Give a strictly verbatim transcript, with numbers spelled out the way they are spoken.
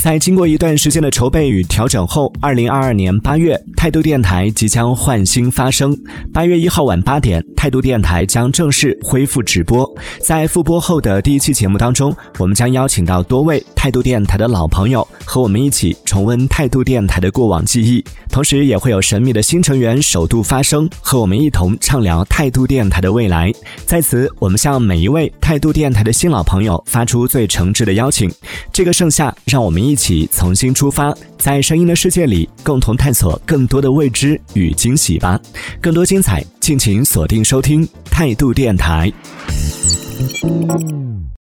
在经过一段时间的筹备与调整后，二零二二年八月，态度电台即将换新发声。八月一号晚八点，态度电台将正式恢复直播。在复播后的第一期节目当中，我们将邀请到多位态度电台的老朋友，和我们一起重温态度电台的过往记忆，同时也会有神秘的新成员首度发声，和我们一同畅聊态度电台的未来。在此，我们向每一位态度电台的新老朋友发出最诚挚的邀请。这个盛夏，让我们一起重新出发，在声音的世界里共同探索更多的未知与惊喜吧。更多精彩，敬请锁定收听态度电台。